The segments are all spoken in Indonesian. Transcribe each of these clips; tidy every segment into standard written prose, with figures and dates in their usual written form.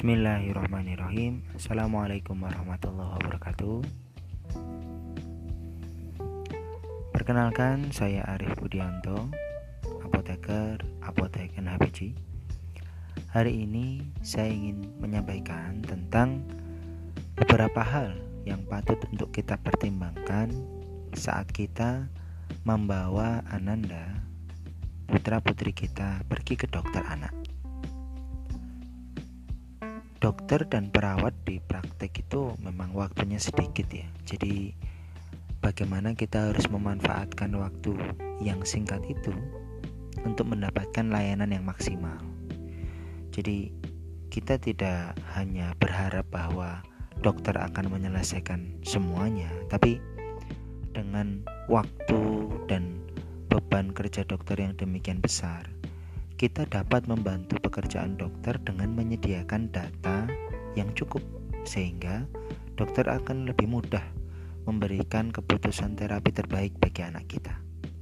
Bismillahirrahmanirrahim. Assalamualaikum warahmatullahi wabarakatuh. Perkenalkan, saya Arif Budianto, apoteker Apotek NHBG. Hari ini saya ingin menyampaikan tentang beberapa hal yang patut untuk kita pertimbangkan saat kita membawa Ananda, putra-putri kita, pergi ke dokter anak. Dokter dan perawat di praktek itu memang waktunya sedikit ya. Jadi bagaimana kita harus memanfaatkan waktu yang singkat itu untuk mendapatkan layanan yang maksimal. Jadi kita tidak hanya berharap bahwa dokter akan menyelesaikan semuanya, tapi dengan waktu dan beban kerja dokter yang demikian besar, kita dapat membantu pekerjaan dokter dengan menyediakan data yang cukup, sehingga dokter akan lebih mudah memberikan keputusan terapi terbaik bagi anak kita.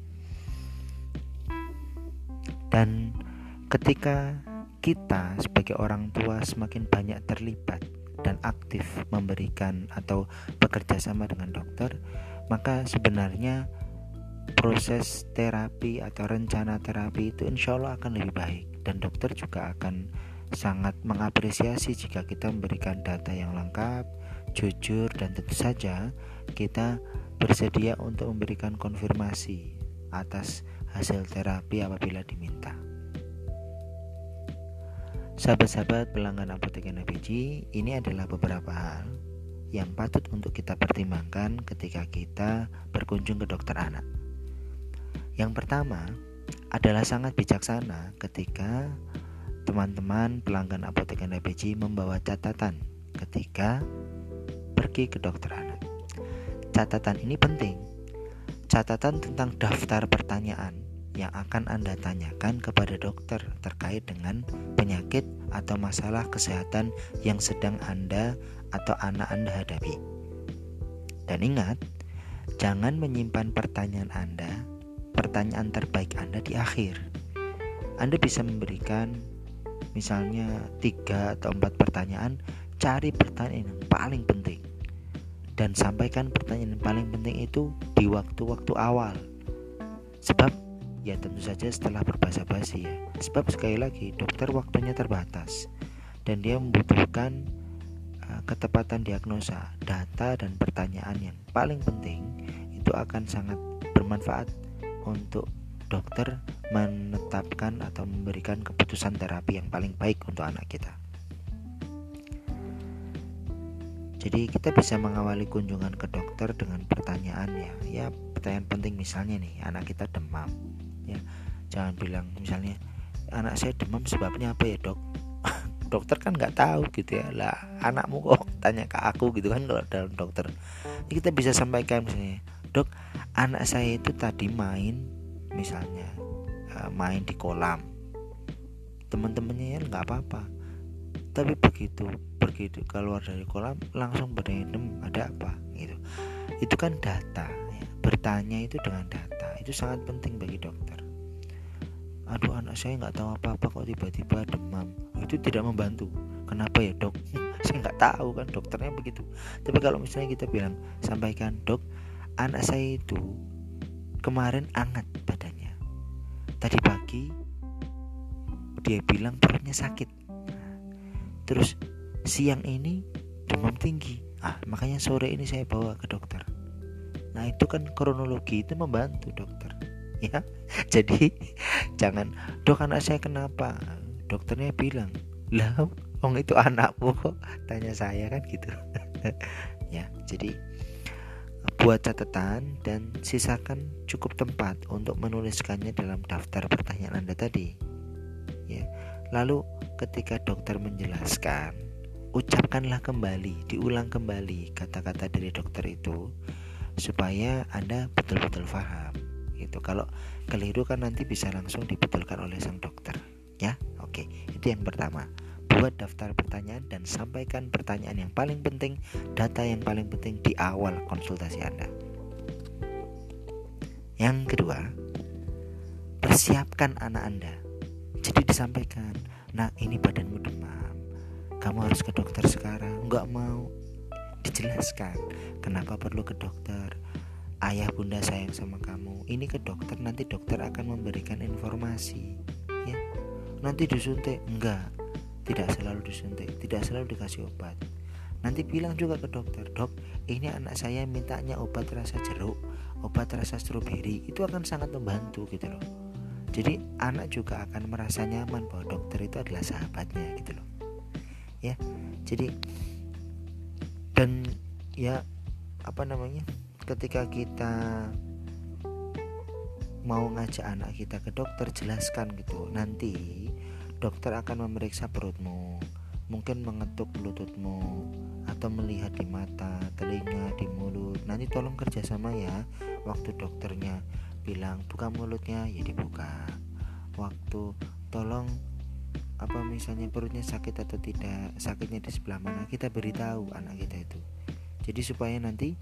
Dan ketika kita sebagai orang tua semakin banyak terlibat dan aktif memberikan atau bekerja sama dengan dokter, maka sebenarnya proses terapi atau rencana terapi itu insya Allah akan lebih baik, dan dokter juga akan sangat mengapresiasi jika kita memberikan data yang lengkap, jujur, dan tentu saja kita bersedia untuk memberikan konfirmasi atas hasil terapi apabila diminta. Sahabat-sahabat pelanggan Apotek NHBG, ini adalah beberapa hal yang patut untuk kita pertimbangkan ketika kita berkunjung ke dokter anak. Yang pertama adalah sangat bijaksana ketika teman-teman pelanggan Apotek NHBG membawa catatan ketika pergi ke dokter anak. Catatan ini penting. Catatan tentang daftar pertanyaan yang akan Anda tanyakan kepada dokter terkait dengan penyakit atau masalah kesehatan yang sedang Anda atau anak Anda hadapi. Dan ingat, jangan menyimpan pertanyaan terbaik Anda di akhir. Anda bisa memberikan misalnya 3 atau 4 pertanyaan, cari pertanyaan yang paling penting dan sampaikan pertanyaan yang paling penting itu di waktu-waktu awal. Sebab ya tentu saja setelah berbasa-basi ya. Sebab sekali lagi dokter waktunya terbatas dan dia membutuhkan ketepatan diagnosa. Data dan pertanyaan yang paling penting itu akan sangat bermanfaat untuk dokter menetapkan atau memberikan keputusan terapi yang paling baik untuk anak kita. Jadi kita bisa mengawali kunjungan ke dokter dengan pertanyaan ya pertanyaan penting, misalnya nih, anak kita demam ya. Jangan bilang misalnya, anak saya demam sebabnya apa ya dok? Dokter kan nggak tahu gitu ya, lah anakmu kok tanya ke aku gitu kan kalau dalam dokter. Jadi kita bisa sampaikan misalnya, dok, anak saya itu tadi main misalnya main di kolam, teman-temannya ya nggak apa-apa, tapi begitu keluar dari kolam langsung berendam, ada apa gitu. Itu kan data ya. Bertanya itu dengan data itu sangat penting bagi dokter. Aduh, anak saya nggak tahu apa-apa kok tiba-tiba demam, itu tidak membantu. Kenapa ya dok? Saya nggak tahu kan, dokternya begitu. Tapi kalau misalnya kita bilang, sampaikan, dok, anak saya itu kemarin hangat badannya, tadi pagi dia bilang perutnya sakit, terus siang ini demam tinggi, makanya sore ini saya bawa ke dokter. Nah itu kan kronologi, itu membantu dokter ya. Jadi jangan, dok anak saya kenapa, dokternya bilang, lah wong itu anakmu kok tanya saya kan gitu. Ya, jadi buat catatan dan sisakan cukup tempat untuk menuliskannya dalam daftar pertanyaan Anda tadi ya. Lalu ketika dokter menjelaskan, ucapkanlah kembali, diulang kembali kata-kata dari dokter itu supaya Anda betul-betul paham gitu. Kalau keliru kan nanti bisa langsung dibetulkan oleh sang dokter ya. Oke, itu yang pertama. Buat daftar pertanyaan dan sampaikan pertanyaan yang paling penting, data yang paling penting di awal konsultasi Anda. Yang kedua, persiapkan anak Anda. Jadi disampaikan, nah ini badanmu demam, kamu harus ke dokter sekarang. Nggak mau. Dijelaskan kenapa perlu ke dokter. Ayah bunda sayang sama kamu, ini ke dokter, nanti dokter akan memberikan informasi ya. Nanti disuntik, enggak, tidak selalu disuntik, tidak selalu dikasih obat. Nanti bilang juga ke dokter, dok, ini anak saya mintanya obat rasa jeruk, obat rasa stroberi. Itu akan sangat membantu gitu loh. Jadi anak juga akan merasa nyaman bahwa dokter itu adalah sahabatnya gitu loh ya. Jadi dan ya ketika kita mau ngajak anak kita ke dokter, jelaskan gitu. Nanti dokter akan memeriksa perutmu, mungkin mengetuk lututmu, atau melihat di mata, telinga, di mulut. Nanti tolong kerjasama ya. Waktu dokternya bilang buka mulutnya, ya dibuka. Waktu tolong misalnya perutnya sakit atau tidak, sakitnya di sebelah mana, kita beritahu anak kita itu. Jadi supaya nanti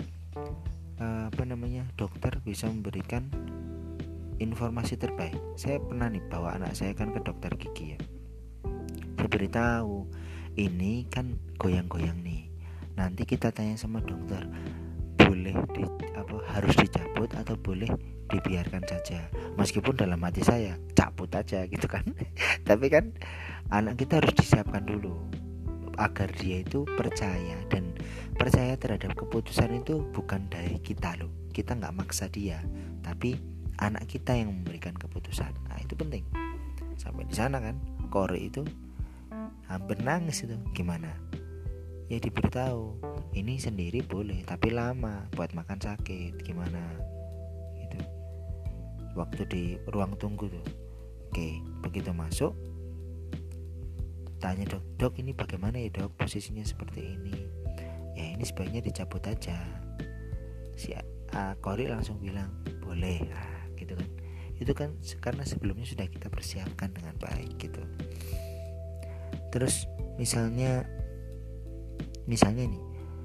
dokter bisa memberikan informasi terbaik. Saya pernah nih bawa anak saya kan ke dokter gigi ya. Saya beritahu, ini kan goyang-goyang nih. Nanti kita tanya sama dokter, boleh harus dicabut atau boleh dibiarkan saja. Meskipun dalam hati saya cabut aja gitu kan. Tapi kan anak kita harus disiapkan dulu agar dia itu percaya, dan percaya terhadap keputusan itu bukan dari kita loh. Kita gak maksa dia, tapi anak kita yang memberikan keputusan. Nah itu penting. Sampai di sana kan Kori itu hampir nangis itu. Gimana? Ya diberitahu, ini sendiri boleh tapi lama, buat makan sakit. Gimana? Gitu. Waktu di ruang tunggu tuh. Oke, begitu masuk tanya dok, ini bagaimana ya dok, posisinya seperti ini. Ya ini sebaiknya dicabut aja. Si Kori langsung bilang boleh, gitu kan. Itu kan karena sebelumnya sudah kita persiapkan dengan baik gitu. Terus misalnya nih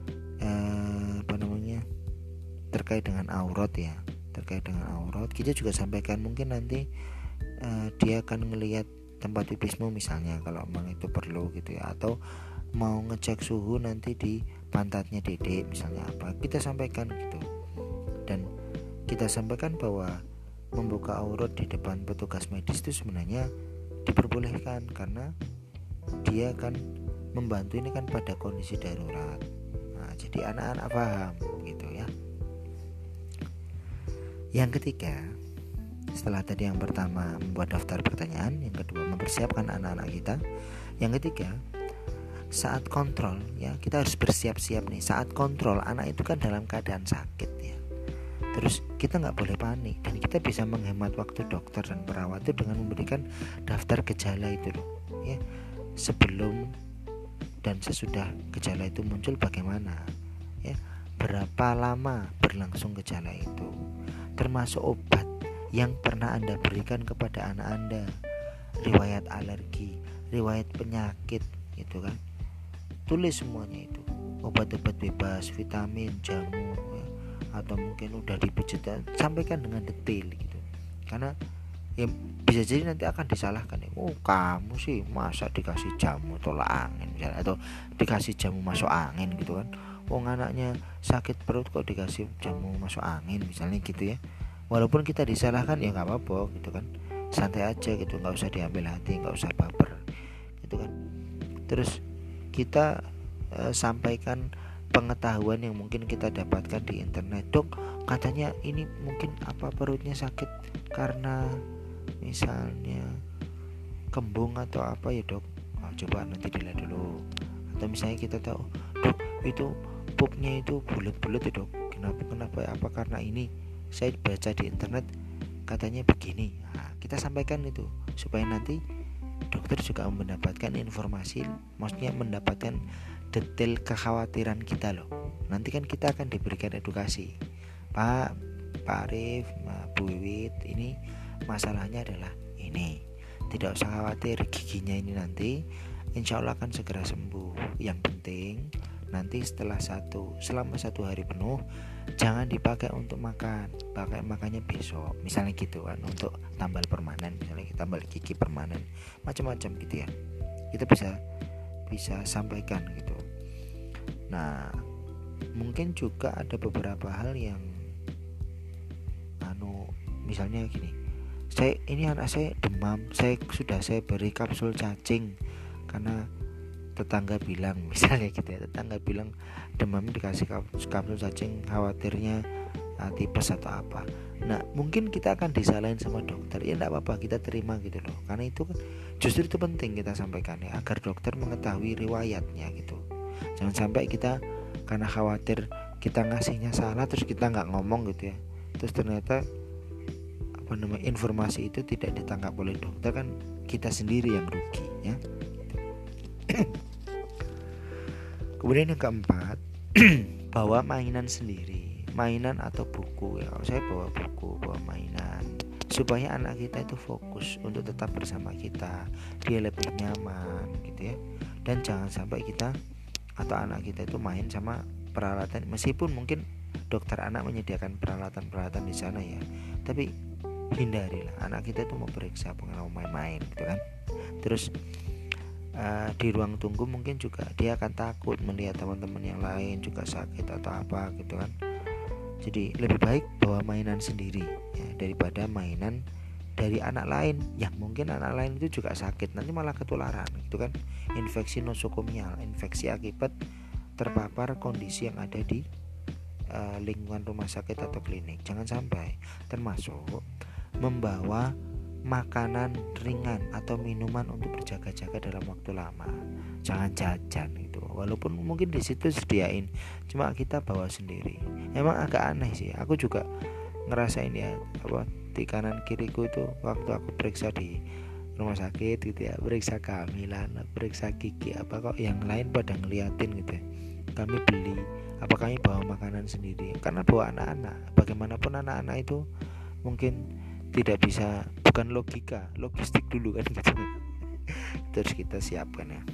terkait dengan aurat ya. Terkait dengan aurat kita juga sampaikan, mungkin nanti dia akan ngelihat tempat pipismu misalnya, kalau memang itu perlu gitu ya, atau mau ngecek suhu nanti di pantatnya dedek misalnya kita sampaikan gitu. Dan kita sampaikan bahwa membuka aurat di depan petugas medis itu sebenarnya diperbolehkan karena dia akan membantu, ini kan pada kondisi darurat. Nah, jadi anak-anak paham gitu ya. Yang ketiga, setelah tadi yang pertama membuat daftar pertanyaan, yang kedua mempersiapkan anak-anak kita, yang ketiga saat kontrol ya, kita harus bersiap-siap nih. Saat kontrol anak itu kan dalam keadaan sakit ya, terus kita gak boleh panik, dan kita bisa menghemat waktu dokter dan perawat itu dengan memberikan daftar gejala itu loh ya. Sebelum dan sesudah gejala itu muncul bagaimana ya, berapa lama berlangsung gejala itu, termasuk obat yang pernah Anda berikan kepada anak Anda, riwayat alergi, riwayat penyakit gitu kan. Tulis semuanya itu, obat-obat bebas, vitamin, jamu ya, atau mungkin udah dipijit, sampaikan dengan detail gitu. Karena ya bisa jadi nanti akan disalahkan ya, kamu sih masa dikasih jamu tolak angin misalnya, atau dikasih jamu masuk angin gitu kan. Anaknya sakit perut kok dikasih jamu masuk angin misalnya gitu ya. Walaupun kita disalahkan ya nggak apa-apa gitu kan, santai aja gitu, nggak usah diambil hati, nggak usah baper gitu kan. Terus kita sampaikan pengetahuan yang mungkin kita dapatkan di internet. Dok, katanya ini mungkin perutnya sakit karena misalnya kembung atau apa ya dok, coba nanti dilihat dulu. Atau misalnya kita tahu, dok itu pupnya itu bulat-bulat ya dok, kenapa apa karena ini saya baca di internet katanya begini. Kita sampaikan itu supaya nanti dokter juga mendapatkan informasi, maksudnya mendapatkan detail kekhawatiran kita loh. Nanti kan kita akan diberikan edukasi, Pak Arif, Bu Wiwit, ini masalahnya adalah ini, tidak usah khawatir, giginya ini nanti insya Allah akan segera sembuh. Yang penting nanti selama 1 hari penuh jangan dipakai untuk makan, pakai makannya besok misalnya gitu kan, untuk tambal permanen misalnya, tambal gigi permanen macam-macam gitu ya. Kita bisa bisa sampaikan gitu. Nah, mungkin juga ada beberapa hal yang misalnya gini, anak saya demam, saya beri kapsul cacing karena tetangga bilang misalnya gitu ya, tetangga bilang demam dikasih kapsul cacing, khawatirnya tipes atau apa. Nah, mungkin kita akan disalahin sama dokter. Ya enggak apa-apa, kita terima gitu loh. Karena itu kan justru itu penting kita sampaikan ya, agar dokter mengetahui riwayatnya gitu. Jangan sampai kita karena khawatir kita ngasihnya salah terus kita nggak ngomong gitu ya. Terus ternyata informasi itu tidak ditangkap oleh dokter, kan kita sendiri yang rugi ya. Kemudian yang keempat, bawa mainan sendiri, mainan atau buku ya. Kalau saya bawa buku, bawa mainan, supaya anak kita itu fokus untuk tetap bersama kita, dia lebih nyaman gitu ya. Dan jangan sampai kita atau anak kita itu main sama peralatan, meskipun mungkin dokter anak menyediakan peralatan-peralatan di sana ya, tapi hindarilah anak kita itu mau periksa, pengalaman main-main gitu kan. Terus di ruang tunggu mungkin juga dia akan takut melihat teman-teman yang lain juga sakit atau apa gitu kan. Jadi lebih baik bawa mainan sendiri ya, daripada mainan dari anak lain yang mungkin anak lain itu juga sakit, nanti malah ketularan gitu kan. Infeksi nosokomial, infeksi akibat terpapar kondisi yang ada di lingkungan rumah sakit atau klinik. Jangan sampai. Termasuk membawa makanan ringan atau minuman untuk berjaga-jaga dalam waktu lama. Jangan jajan gitu. Walaupun mungkin di situ sediain, cuma kita bawa sendiri. Emang agak aneh sih. Aku juga ngerasain ya, di kanan kiriku itu waktu aku periksa di rumah sakit gitu ya, periksa kehamilan, periksa gigi kok yang lain pada ngeliatin gitu ya. Kami beli kami bawa makanan sendiri karena bawa anak-anak. Bagaimanapun anak-anak itu mungkin tidak bisa, bukan logistik dulu kan gitu. Terus kita siapkan ya.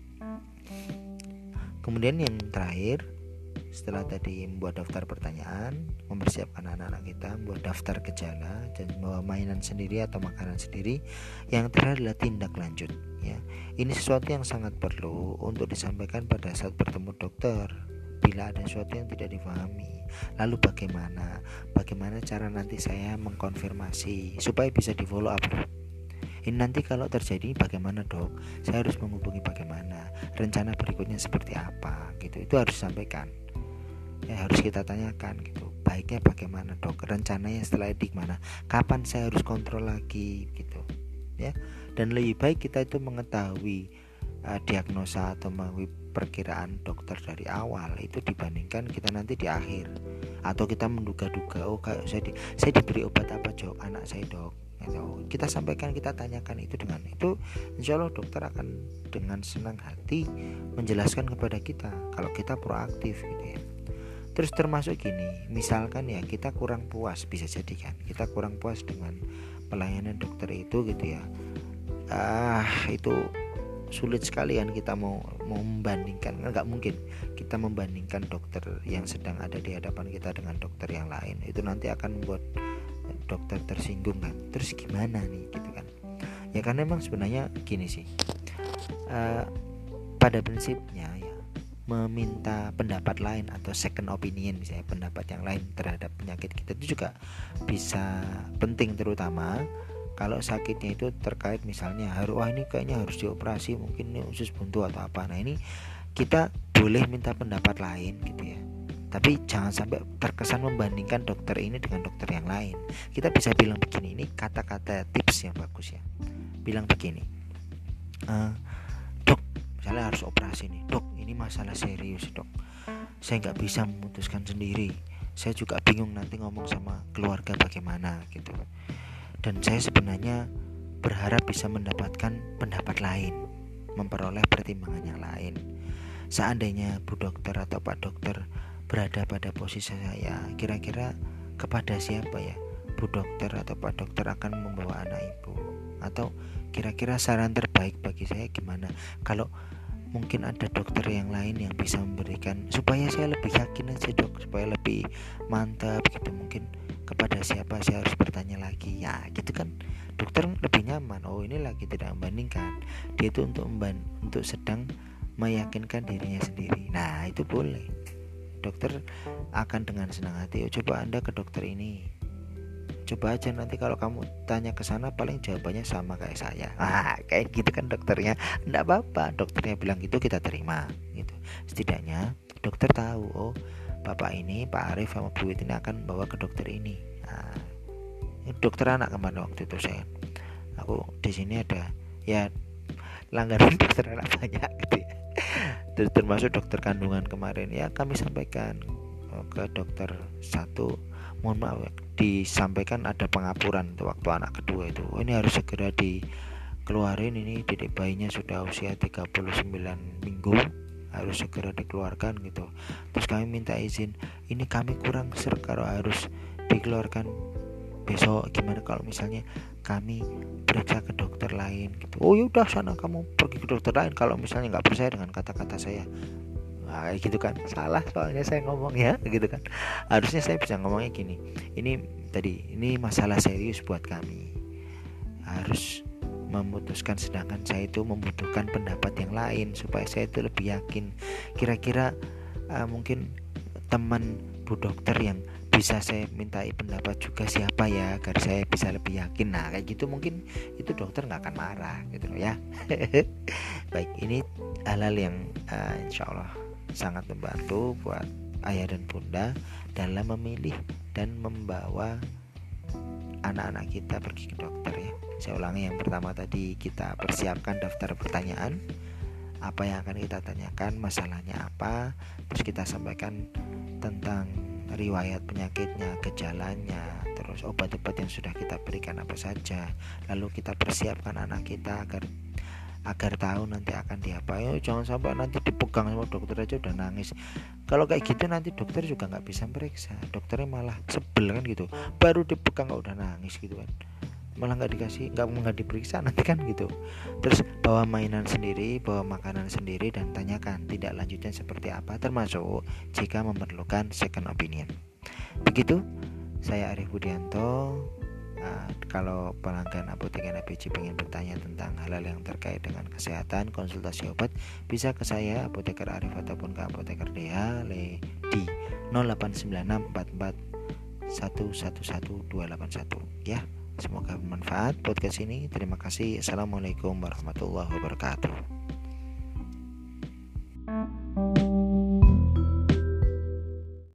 Kemudian yang terakhir, setelah tadi membuat daftar pertanyaan, mempersiapkan anak-anak kita, membuat daftar gejala dan bawa mainan sendiri atau makanan sendiri, yang terakhir adalah tindak lanjut ya. Ini sesuatu yang sangat perlu untuk disampaikan pada saat bertemu dokter. Bila ada sesuatu yang tidak dipahami, lalu bagaimana cara nanti saya mengkonfirmasi supaya bisa di follow up. Ini nanti kalau terjadi bagaimana dok? Saya harus menghubungi bagaimana? Rencana berikutnya seperti apa? Gitu. Itu harus disampaikan. Ya, harus kita tanyakan gitu. Baiknya bagaimana dok? Rencananya setelah itu gimana? Kapan saya harus kontrol lagi gitu. Ya. Dan lebih baik kita itu mengetahui diagnosa atau perkiraan dokter dari awal itu dibandingkan kita nanti di akhir, atau kita menduga-duga kayak saya diberi obat apa dok anak saya dok gitu. Kita sampaikan, kita tanyakan itu, dengan itu insya Allah dokter akan dengan senang hati menjelaskan kepada kita kalau kita proaktif gitu ya. Terus termasuk gini, misalkan ya kita kurang puas, bisa jadi kan kita kurang puas dengan pelayanan dokter itu gitu ya. Itu sulit sekali kan kita mau membandingkan, nggak mungkin kita membandingkan dokter yang sedang ada di hadapan kita dengan dokter yang lain. Itu nanti akan membuat dokter tersinggung kan. Terus gimana nih gitu kan ya. Karena memang sebenarnya gini sih, pada prinsipnya ya, meminta pendapat lain atau second opinion, misalnya pendapat yang lain terhadap penyakit kita itu juga bisa penting, terutama kalau sakitnya itu terkait misalnya ini kayaknya harus dioperasi, mungkin ini usus buntu atau apa. Nah ini kita boleh minta pendapat lain gitu ya, tapi jangan sampai terkesan membandingkan dokter ini dengan dokter yang lain. Kita bisa bilang begini, ini kata-kata tips yang bagus ya. Bilang begini, dok misalnya harus operasi nih dok, ini masalah serius dok, saya gak bisa memutuskan sendiri, saya juga bingung nanti ngomong sama keluarga bagaimana gitu. Dan saya sebenarnya berharap bisa mendapatkan pendapat lain, memperoleh pertimbangan yang lain. Seandainya Bu Dokter atau Pak Dokter berada pada posisi saya, kira-kira kepada siapa ya Bu Dokter atau Pak Dokter akan membawa anak ibu? Atau kira-kira saran terbaik bagi saya gimana? Kalau mungkin ada dokter yang lain yang bisa memberikan, supaya saya lebih yakin aja dok, supaya lebih mantap gitu, mungkin kepada siapa saya harus bertanya lagi ya gitu kan. Dokter lebih nyaman, ini lagi tidak membandingkan, dia itu untuk sedang meyakinkan dirinya sendiri. Nah itu boleh. Dokter akan dengan senang hati, coba Anda ke dokter ini, coba aja nanti kalau kamu tanya ke sana paling jawabannya sama kayak saya. Kayak gitu kan dokternya. Enggak apa-apa, dokternya bilang gitu kita terima gitu. Setidaknya dokter tahu, oh bapak ini, Pak Arif sama Bu Wit ini akan bawa ke dokter ini. Dokter anak kemarin waktu itu aku di sini ada ya langganan dokter anak banyak gitu ya. Termasuk dokter kandungan kemarin ya kami sampaikan ke dokter satu, mohon maaf disampaikan ada pengapuran untuk waktu anak kedua itu, ini harus segera dikeluarin, ini dedek bayinya sudah usia 39 minggu, harus segera dikeluarkan gitu. Terus kami minta izin, ini kami kurang ser kalau harus dikeluarkan besok, gimana kalau misalnya kami periksa ke dokter lain gitu. Oh yaudah sana kamu pergi ke dokter lain kalau misalnya nggak percaya dengan kata-kata saya. Gitu kan, salah soalnya saya ngomong ya gitu kan. Harusnya saya bisa ngomongnya gini, ini masalah serius buat kami, harus memutuskan, sedangkan saya itu membutuhkan pendapat yang lain supaya saya itu lebih yakin. Kira-kira mungkin teman Bu Dokter yang bisa saya mintai pendapat juga siapa ya, agar saya bisa lebih yakin. Nah kayak gitu mungkin itu dokter nggak akan marah gitu loh ya. Baik, ini hal-hal yang insya Allah sangat membantu buat ayah dan bunda dalam memilih dan membawa anak-anak kita pergi ke dokter ya. Saya ulangi, yang pertama tadi kita persiapkan daftar pertanyaan, apa yang akan kita tanyakan, masalahnya apa, terus kita sampaikan tentang riwayat penyakitnya, gejalanya, terus obat-obat yang sudah kita berikan apa saja. Lalu kita persiapkan anak kita agar tahu nanti akan diapain. Jangan sampai nanti dipegang sama dokter aja udah nangis. Kalau kayak gitu nanti dokter juga nggak bisa periksa, dokternya malah sebel kan gitu, baru dipegang kok udah nangis gitu kan, malah nggak diperiksa nanti kan gitu. Terus bawa mainan sendiri, bawa makanan sendiri, dan tanyakan tindak lanjutnya seperti apa, termasuk jika memerlukan second opinion. Begitu, saya Arif Budianto. Kalau pelanggan Apotek NABC pengen bertanya tentang hal-hal yang terkait dengan kesehatan, konsultasi obat, bisa ke saya Apoteker Arif ataupun ke Apoteker DH di 089644111281 ya. Semoga bermanfaat podcast ini. Terima kasih. Assalamualaikum warahmatullahi wabarakatuh.